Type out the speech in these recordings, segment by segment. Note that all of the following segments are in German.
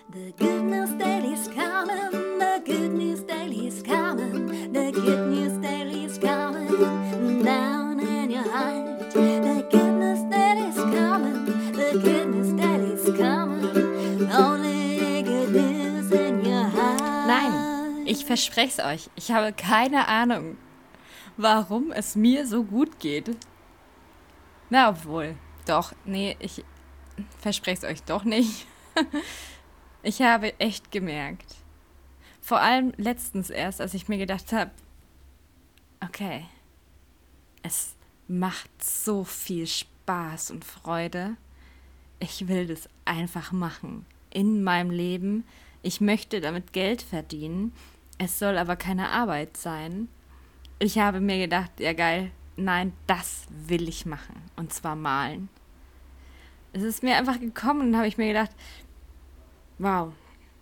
The good news daily is coming, the good news daily is coming, the good news daily is coming down in your heart. The good news daily is coming, the good news daily is coming, only good news in your heart. Nein, ich verspreche es euch, ich habe keine Ahnung, warum es mir so gut geht. Na, obwohl, doch, nee, ich verspreche es euch doch nicht. Ich habe echt gemerkt, vor allem letztens erst, als ich mir gedacht habe, okay, es macht so viel Spaß und Freude. Ich will das einfach machen in meinem Leben. Ich möchte damit Geld verdienen. Es soll aber keine Arbeit sein. Ich habe mir gedacht, ja geil, nein, das will ich machen. Und zwar malen. Es ist mir einfach gekommen und habe ich mir gedacht, wow,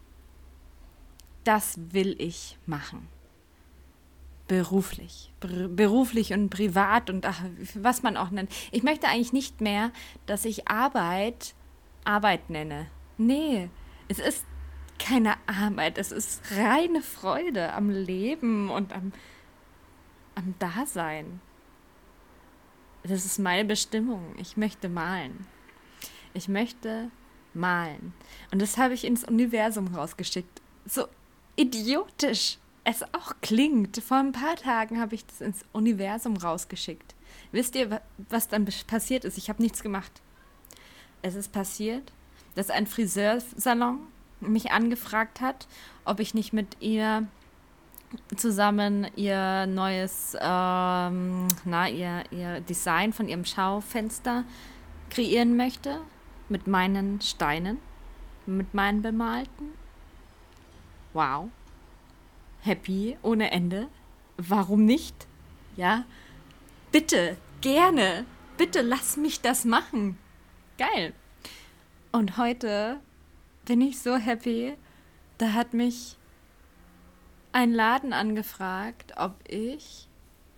das will ich machen. Beruflich. Beruflich und privat und ach, was man auch nennt. Ich möchte eigentlich nicht mehr, dass ich Arbeit nenne. Nee, es ist keine Arbeit. Es ist reine Freude am Leben und am Dasein. Das ist meine Bestimmung. Ich möchte malen. Ich möchte malen. Und das habe ich ins Universum rausgeschickt. So idiotisch es auch klingt. Vor ein paar Tagen habe ich das ins Universum rausgeschickt. Wisst ihr, was dann passiert ist? Ich habe nichts gemacht. Es ist passiert, dass ein Friseursalon mich angefragt hat, ob ich nicht mit ihr zusammen ihr neues, ihr Design von ihrem Schaufenster kreieren möchte. Mit meinen Steinen, mit meinen bemalten. Wow. Happy ohne Ende. Warum nicht? Ja. Bitte, gerne. Bitte lass mich das machen. Geil. Und heute bin ich so happy. Da hat mich ein Laden angefragt, ob ich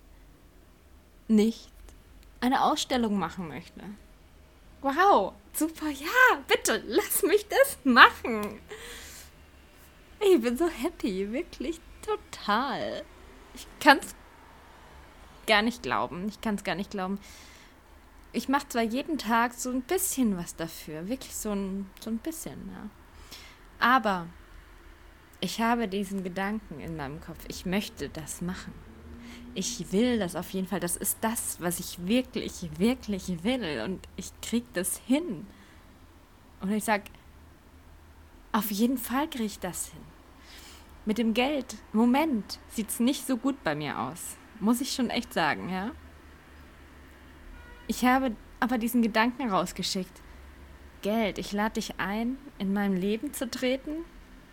nicht eine Ausstellung machen möchte. Wow, super, ja, bitte, lass mich das machen. Ich bin so happy, wirklich total. Ich kann es gar nicht glauben, Ich mache zwar jeden Tag so ein bisschen was dafür, wirklich so ein bisschen, ja. Aber ich habe diesen Gedanken in meinem Kopf, ich möchte das machen. Ich will das auf jeden Fall. Das ist das, was ich wirklich, wirklich will. Und ich krieg das hin. Und ich sag, auf jeden Fall krieg ich das hin. Mit dem Geld, im Moment, sieht's nicht so gut bei mir aus. Muss ich schon echt sagen, ja. Ich habe aber diesen Gedanken rausgeschickt. Geld, ich lade dich ein, in meinem Leben zu treten,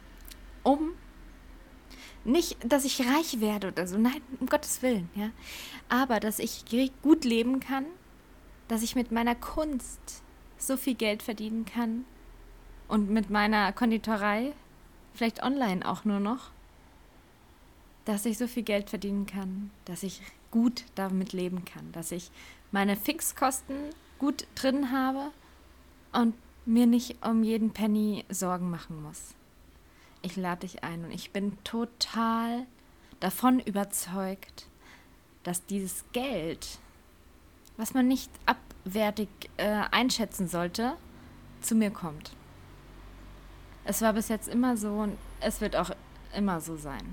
nicht, dass ich reich werde oder so, nein, um Gottes Willen, ja. Aber, dass ich gut leben kann, dass ich mit meiner Kunst so viel Geld verdienen kann und mit meiner Konditorei, vielleicht online auch nur noch, dass ich so viel Geld verdienen kann, dass ich gut damit leben kann, dass ich meine Fixkosten gut drin habe und mir nicht um jeden Penny Sorgen machen muss. Ich lade dich ein und ich bin total davon überzeugt, dass dieses Geld, was man nicht abwertig einschätzen sollte, zu mir kommt. Es war bis jetzt immer so und es wird auch immer so sein.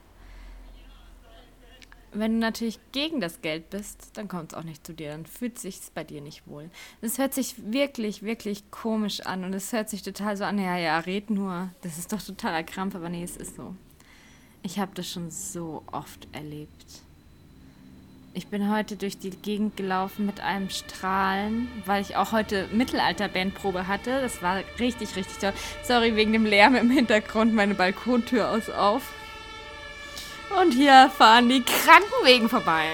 Wenn du natürlich gegen das Geld bist, dann kommt es auch nicht zu dir, dann fühlt es sich bei dir nicht wohl. Es hört sich wirklich, wirklich komisch an und es hört sich total so an, ja, red nur, das ist doch totaler Krampf, aber nee, es ist so. Ich habe das schon so oft erlebt. Ich bin heute durch die Gegend gelaufen mit einem Strahlen, weil ich auch heute Mittelalter-Bandprobe hatte. Das war richtig, richtig toll. Sorry, wegen dem Lärm im Hintergrund, meine Balkontür ist auf. Und hier fahren die Krankenwegen vorbei.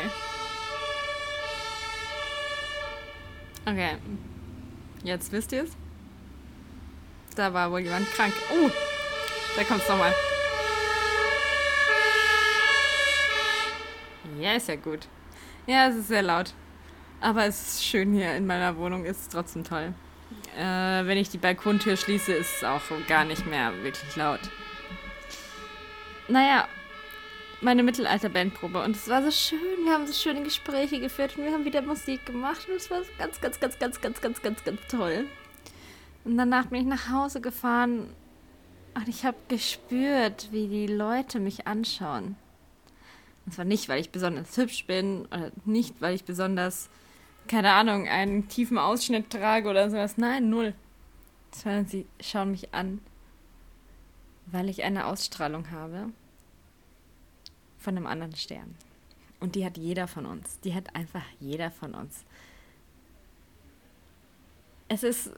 Okay. Jetzt wisst ihr es. Da war wohl jemand krank. Oh, da kommt's nochmal. Ja, ist ja gut. Ja, es ist sehr laut. Aber es ist schön hier in meiner Wohnung. Ist trotzdem toll. Wenn ich die Balkontür schließe, ist es auch gar nicht mehr wirklich laut. Naja, meine Mittelalter-Bandprobe. Und es war so schön. Wir haben so schöne Gespräche geführt und wir haben wieder Musik gemacht. Und es war ganz, ganz, ganz, ganz, ganz, ganz, ganz, ganz toll. Und danach bin ich nach Hause gefahren und ich habe gespürt, wie die Leute mich anschauen. Und zwar nicht, weil ich besonders hübsch bin oder nicht, weil ich besonders, keine Ahnung, einen tiefen Ausschnitt trage oder sowas. Nein, null. Sondern sie schauen mich an, weil ich eine Ausstrahlung habe von einem anderen Stern. Und die hat jeder von uns. Die hat einfach jeder von uns. Es ist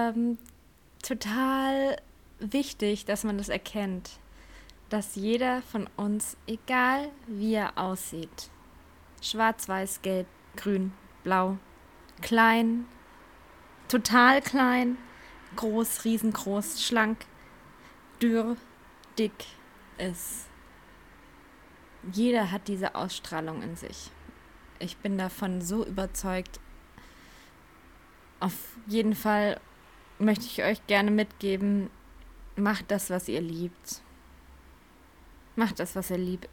total wichtig, dass man das erkennt, dass jeder von uns, egal wie er aussieht, schwarz, weiß, gelb, grün, blau, klein, total klein, groß, riesengroß, schlank, dürr, dick ist. Jeder hat diese Ausstrahlung in sich. Ich bin davon so überzeugt. Auf jeden Fall möchte ich euch gerne mitgeben, macht das, was ihr liebt. Macht das, was ihr liebt.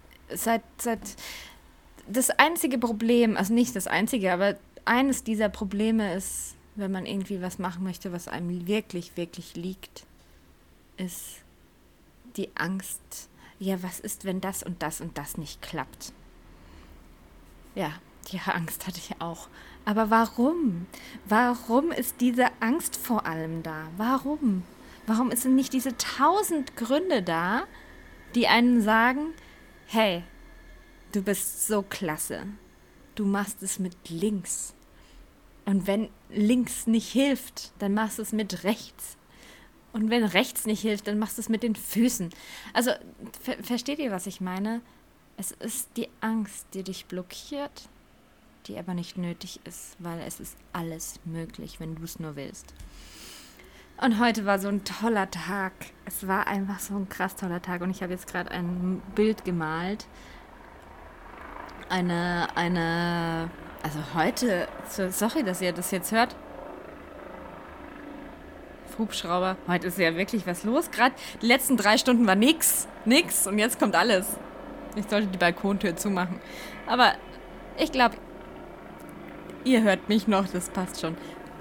Das einzige Problem, also nicht das einzige, aber eines dieser Probleme ist, wenn man irgendwie was machen möchte, was einem wirklich, wirklich liegt, ist die Angst. Ja, was ist, wenn das und das und das nicht klappt? Ja, die Angst hatte ich auch. Aber warum? Warum ist diese Angst vor allem da? Warum? Warum sind nicht diese 1000 Gründe da, die einen sagen, hey, du bist so klasse. Du machst es mit links. Und wenn links nicht hilft, dann machst du es mit rechts. Und wenn rechts nicht hilft, dann machst du es mit den Füßen. Also, versteht ihr, was ich meine? Es ist die Angst, die dich blockiert, die aber nicht nötig ist, weil es ist alles möglich, wenn du es nur willst. Und heute war so ein toller Tag. Es war einfach so ein krass toller Tag. Und ich habe jetzt gerade ein Bild gemalt. Also heute, sorry, dass ihr das jetzt hört. Hubschrauber. Heute ist ja wirklich was los. Gerade die letzten 3 Stunden war nix. Und jetzt kommt alles. Ich sollte die Balkontür zumachen. Aber ich glaube, ihr hört mich noch. Das passt schon.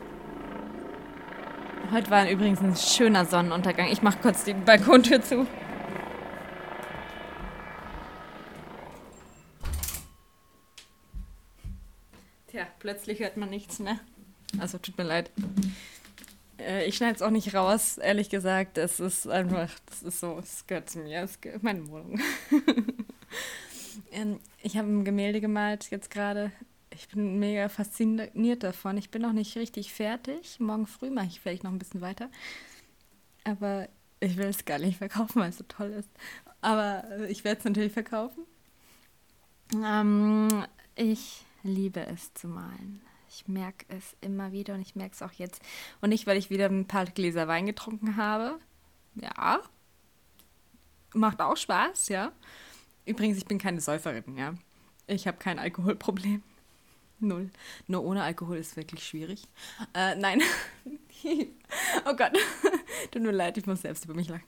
Heute war übrigens ein schöner Sonnenuntergang. Ich mache kurz die Balkontür zu. Tja, plötzlich hört man nichts mehr. Also tut mir leid. Ich schneide es auch nicht raus, ehrlich gesagt. Es ist einfach, das ist so, es gehört zu mir, es gehört meine Wohnung. Ich habe ein Gemälde gemalt jetzt gerade. Ich bin mega fasziniert davon. Ich bin noch nicht richtig fertig. Morgen früh mache ich vielleicht noch ein bisschen weiter. Aber ich will es gar nicht verkaufen, weil es so toll ist. Aber ich werde es natürlich verkaufen. Ich liebe es zu malen. Ich merke es immer wieder und ich merke es auch jetzt. Und nicht, weil ich wieder ein paar Gläser Wein getrunken habe. Ja. Macht auch Spaß, ja. Übrigens, ich bin keine Säuferin, ja. Ich habe kein Alkoholproblem. 0. Nur ohne Alkohol ist wirklich schwierig. Nein. Oh Gott. Tut mir leid, ich muss selbst über mich lachen.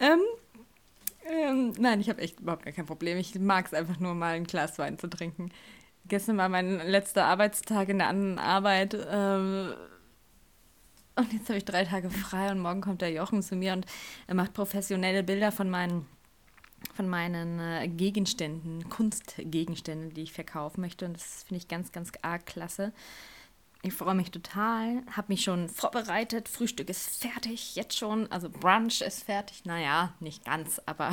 Nein, ich habe echt überhaupt gar kein Problem. Ich mag es einfach nur mal ein Glas Wein zu trinken. Gestern war mein letzter Arbeitstag in der anderen Arbeit. Und jetzt habe ich 3 Tage frei und morgen kommt der Jochen zu mir und er macht professionelle Bilder von meinen Gegenständen, Kunstgegenständen, die ich verkaufen möchte. Und das finde ich ganz, ganz arg klasse. Ich freue mich total, habe mich schon vorbereitet. Frühstück ist fertig, jetzt schon. Also Brunch ist fertig. Naja, nicht ganz, aber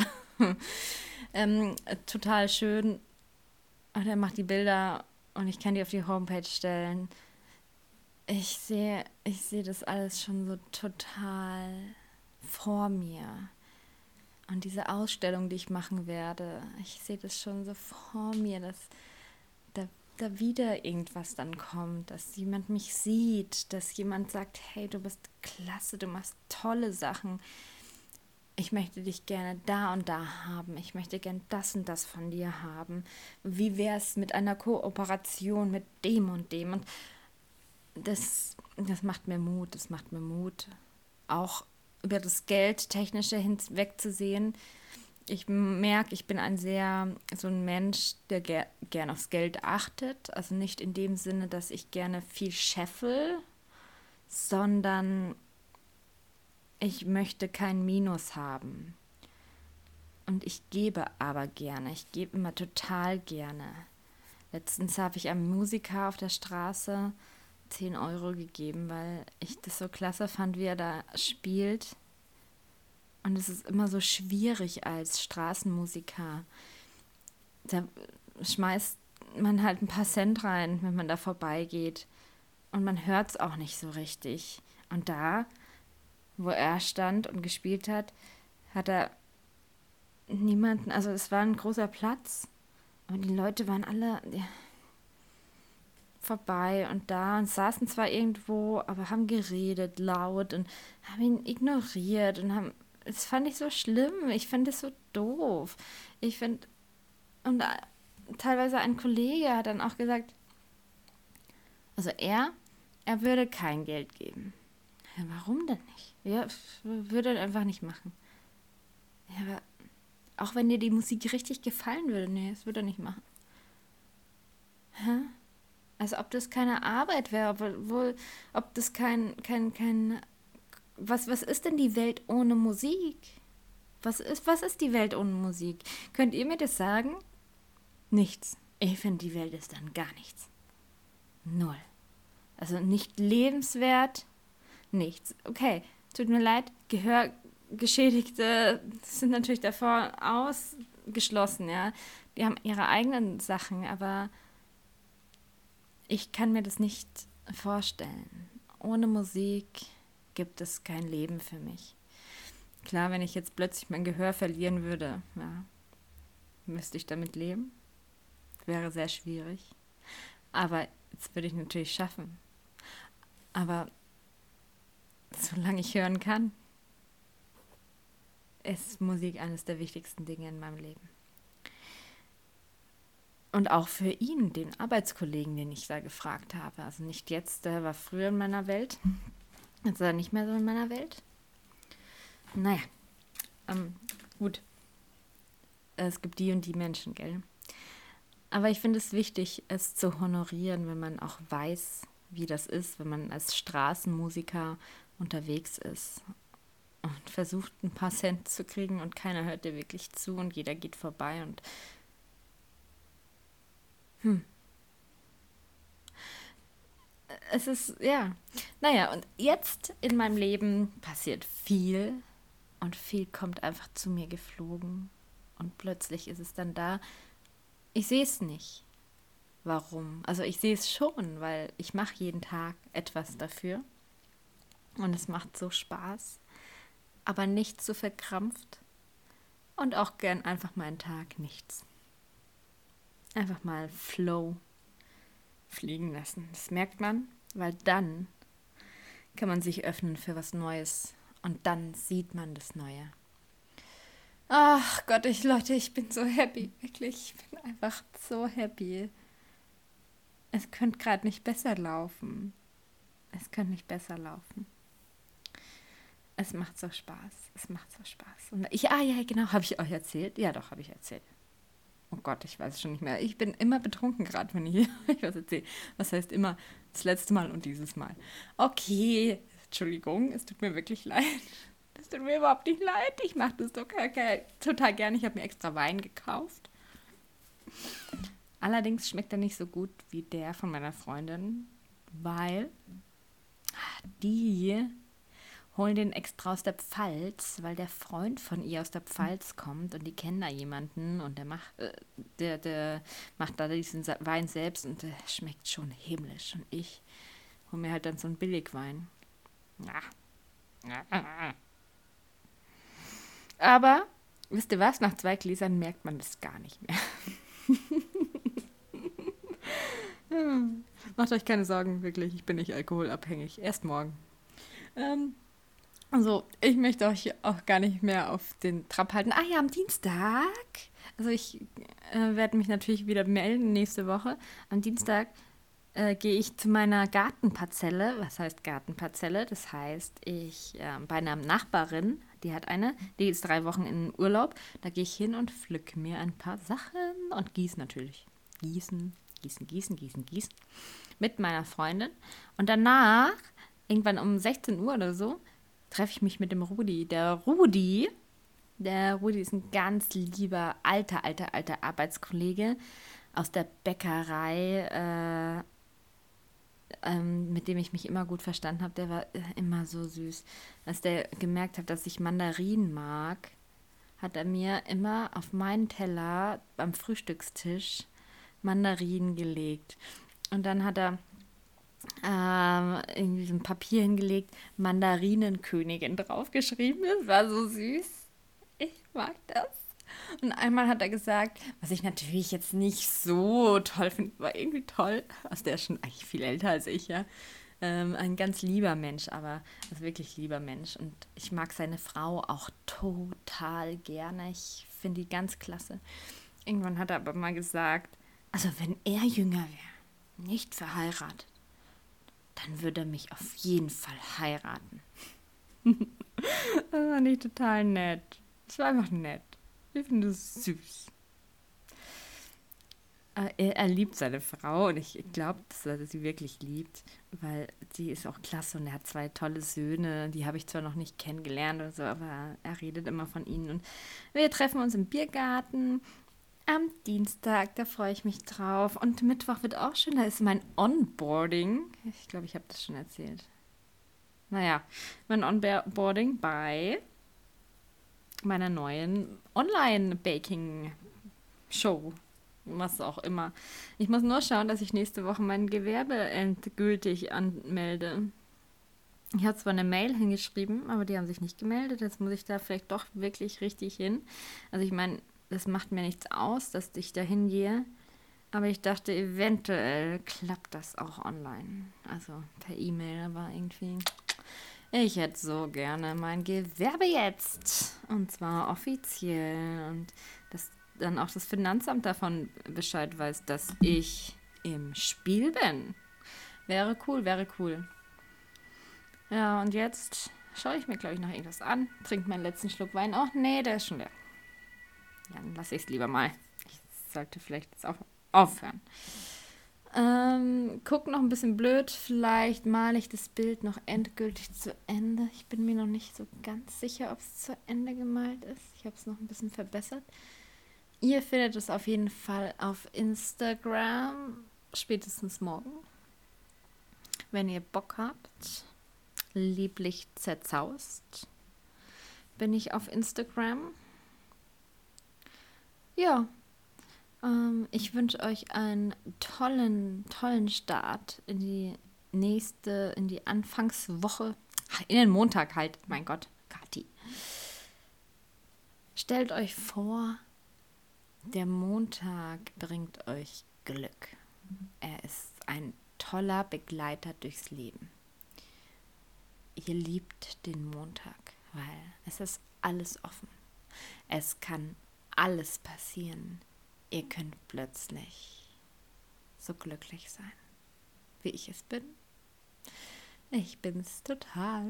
total schön. Und er macht die Bilder und ich kann die auf die Homepage stellen. Ich sehe das alles schon so total vor mir. Und diese Ausstellung, die ich machen werde, ich sehe das schon so vor mir, dass da wieder irgendwas dann kommt, dass jemand mich sieht, dass jemand sagt, hey, du bist klasse, du machst tolle Sachen. Ich möchte dich gerne da und da haben. Ich möchte gerne das und das von dir haben. Wie wäre es mit einer Kooperation mit dem und dem? Und das macht mir Mut. Das macht mir Mut, auch über das Geldtechnische hinwegzusehen. Ich merke, ich bin so ein Mensch, der gern aufs Geld achtet. Also nicht in dem Sinne, dass ich gerne viel scheffel, sondern ich möchte kein Minus haben. Und ich gebe aber gerne. Ich gebe immer total gerne. Letztens habe ich einem Musiker auf der Straße 10 Euro gegeben, weil ich das so klasse fand, wie er da spielt. Und es ist immer so schwierig als Straßenmusiker. Da schmeißt man halt ein paar Cent rein, wenn man da vorbeigeht. Und man hört es auch nicht so richtig. Und da, wo er stand und gespielt hat, hat er niemanden, also es war ein großer Platz. Aber die Leute waren alle vorbei und da und saßen zwar irgendwo, aber haben geredet laut und haben ihn ignoriert und das fand ich so schlimm. Ich fand es so doof. Und teilweise ein Kollege hat dann auch gesagt, also er würde kein Geld geben. Ja, warum denn nicht? Ja, würde er einfach nicht machen. Ja, aber auch wenn dir die Musik richtig gefallen würde, nee, das würde er nicht machen. Hä? Also ob das keine Arbeit wäre, ob das was ist denn die Welt ohne Musik? Was ist die Welt ohne Musik? Könnt ihr mir das sagen? Nichts. Ich finde, die Welt ist dann gar nichts. Null. Also nicht lebenswert, nichts. Okay, tut mir leid, Gehörgeschädigte sind natürlich davor ausgeschlossen, ja. Die haben ihre eigenen Sachen, aber ich kann mir das nicht vorstellen. Ohne Musik gibt es kein Leben für mich. Klar, wenn ich jetzt plötzlich mein Gehör verlieren würde, ja, müsste ich damit leben. Wäre sehr schwierig. Aber das würde ich natürlich schaffen. Aber solange ich hören kann, ist Musik eines der wichtigsten Dinge in meinem Leben. Und auch für ihn, den Arbeitskollegen, den ich da gefragt habe. Also nicht jetzt, der war früher in meiner Welt. Jetzt ist er nicht mehr so in meiner Welt. Naja, gut. Es gibt die und die Menschen, gell? Aber ich finde es wichtig, es zu honorieren, wenn man auch weiß, wie das ist, wenn man als Straßenmusiker unterwegs ist und versucht, ein paar Cent zu kriegen und keiner hört dir wirklich zu und jeder geht vorbei und es ist, ja. Naja, und jetzt in meinem Leben passiert viel und viel kommt einfach zu mir geflogen und plötzlich ist es dann da. Ich sehe es nicht. Warum? Also ich sehe es schon, weil ich mache jeden Tag etwas dafür und es macht so Spaß, aber nicht so verkrampft und auch gern einfach mal einen Tag nichts. Einfach mal Flow fliegen lassen. Das merkt man, weil dann kann man sich öffnen für was Neues und dann sieht man das Neue. Ach Gott, Leute, ich bin so happy, wirklich. Ich bin einfach so happy. Es könnte gerade nicht besser laufen. Es könnte nicht besser laufen. Es macht so Spaß. Es macht so Spaß. Und ja, genau, habe ich euch erzählt? Ja, doch, habe ich erzählt. Oh Gott, ich weiß es schon nicht mehr. Ich bin immer betrunken gerade, wenn ich euch was erzähle. Was heißt immer das letzte Mal und dieses Mal? Okay, Entschuldigung, es tut mir wirklich leid. Es tut mir überhaupt nicht leid. Ich mache das doch total gerne. Ich habe mir extra Wein gekauft. Allerdings schmeckt er nicht so gut wie der von meiner Freundin, weil die holen den extra aus der Pfalz, weil der Freund von ihr aus der Pfalz kommt und die kennen da jemanden und der macht da diesen Wein selbst und der schmeckt schon himmlisch. Und ich hole mir halt dann so einen Billigwein. Aber, wisst ihr was, nach 2 Gläsern merkt man das gar nicht mehr. Macht euch keine Sorgen, wirklich, ich bin nicht alkoholabhängig. Erst morgen. Also, ich möchte euch auch gar nicht mehr auf den Trab halten. Ah ja, am Dienstag. Also ich werde mich natürlich wieder melden nächste Woche. Am Dienstag gehe ich zu meiner Gartenparzelle. Was heißt Gartenparzelle? Das heißt, bei einer Nachbarin, die hat eine, die ist 3 Wochen in Urlaub. Da gehe ich hin und pflücke mir ein paar Sachen und gieße natürlich. Gießen. Mit meiner Freundin. Und danach, irgendwann um 16 Uhr oder so, treffe ich mich mit dem Rudi. Der Rudi ist ein ganz lieber, alter Arbeitskollege aus der Bäckerei, mit dem ich mich immer gut verstanden habe. Der war immer so süß. Als der gemerkt hat, dass ich Mandarinen mag, hat er mir immer auf meinen Teller am Frühstückstisch Mandarinen gelegt. Und dann hat er irgendwie so ein Papier hingelegt, Mandarinenkönigin draufgeschrieben. Das war so süß. Ich mag das. Und einmal hat er gesagt, was ich natürlich jetzt nicht so toll finde, war irgendwie toll. Also der ist schon eigentlich viel älter als ich, ja. Ein ganz lieber Mensch, also wirklich lieber Mensch. Und ich mag seine Frau auch total gerne. Ich finde die ganz klasse. Irgendwann hat er aber mal gesagt, also wenn er jünger wäre, nicht verheiratet, dann würde er mich auf jeden Fall heiraten. Das war nicht total nett. Das war einfach nett. Ich finde das süß. Er liebt seine Frau und ich glaube, dass er sie wirklich liebt, weil die ist auch klasse und er hat 2 tolle Söhne. Die habe ich zwar noch nicht kennengelernt oder so, aber er redet immer von ihnen. Und wir treffen uns im Biergarten am Dienstag, da freue ich mich drauf. Und Mittwoch wird auch schön, da ist mein Onboarding. Ich glaube, ich habe das schon erzählt. Naja, mein Onboarding bei meiner neuen Online-Baking-Show. Was auch immer. Ich muss nur schauen, dass ich nächste Woche mein Gewerbe endgültig anmelde. Ich habe zwar eine Mail hingeschrieben, aber die haben sich nicht gemeldet. Jetzt muss ich da vielleicht doch wirklich richtig hin. Also ich meine, das macht mir nichts aus, dass ich da hingehe. Aber ich dachte, eventuell klappt das auch online. Also per E-Mail, aber irgendwie... Ich hätte so gerne mein Gewerbe jetzt. Und zwar offiziell. Und dass dann auch das Finanzamt davon Bescheid weiß, dass ich im Spiel bin. Wäre cool. Ja, und jetzt schaue ich mir, glaube ich, noch irgendwas an. Trinke meinen letzten Schluck Wein. Oh, nee, der ist schon leer. Ja, dann lasse ich es lieber mal. Ich sollte vielleicht jetzt auch aufhören. Guck noch ein bisschen blöd. Vielleicht male ich das Bild noch endgültig zu Ende. Ich bin mir noch nicht so ganz sicher, ob es zu Ende gemalt ist. Ich habe es noch ein bisschen verbessert. Ihr findet es auf jeden Fall auf Instagram. Spätestens morgen. Wenn ihr Bock habt. Lieblich zerzaust. Bin ich auf Instagram. Ja. Ich wünsche euch einen tollen Start in die Anfangswoche. In den Montag halt, mein Gott, Kathi. Stellt euch vor, der Montag bringt euch Glück. Er ist ein toller Begleiter durchs Leben. Ihr liebt den Montag, weil es ist alles offen. Es kann alles passieren. Ihr könnt plötzlich so glücklich sein, wie ich es bin. Ich bin's total.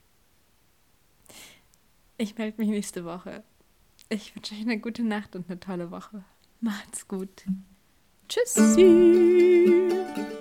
Ich melde mich nächste Woche. Ich wünsche euch eine gute Nacht und eine tolle Woche. Macht's gut. Tschüssi.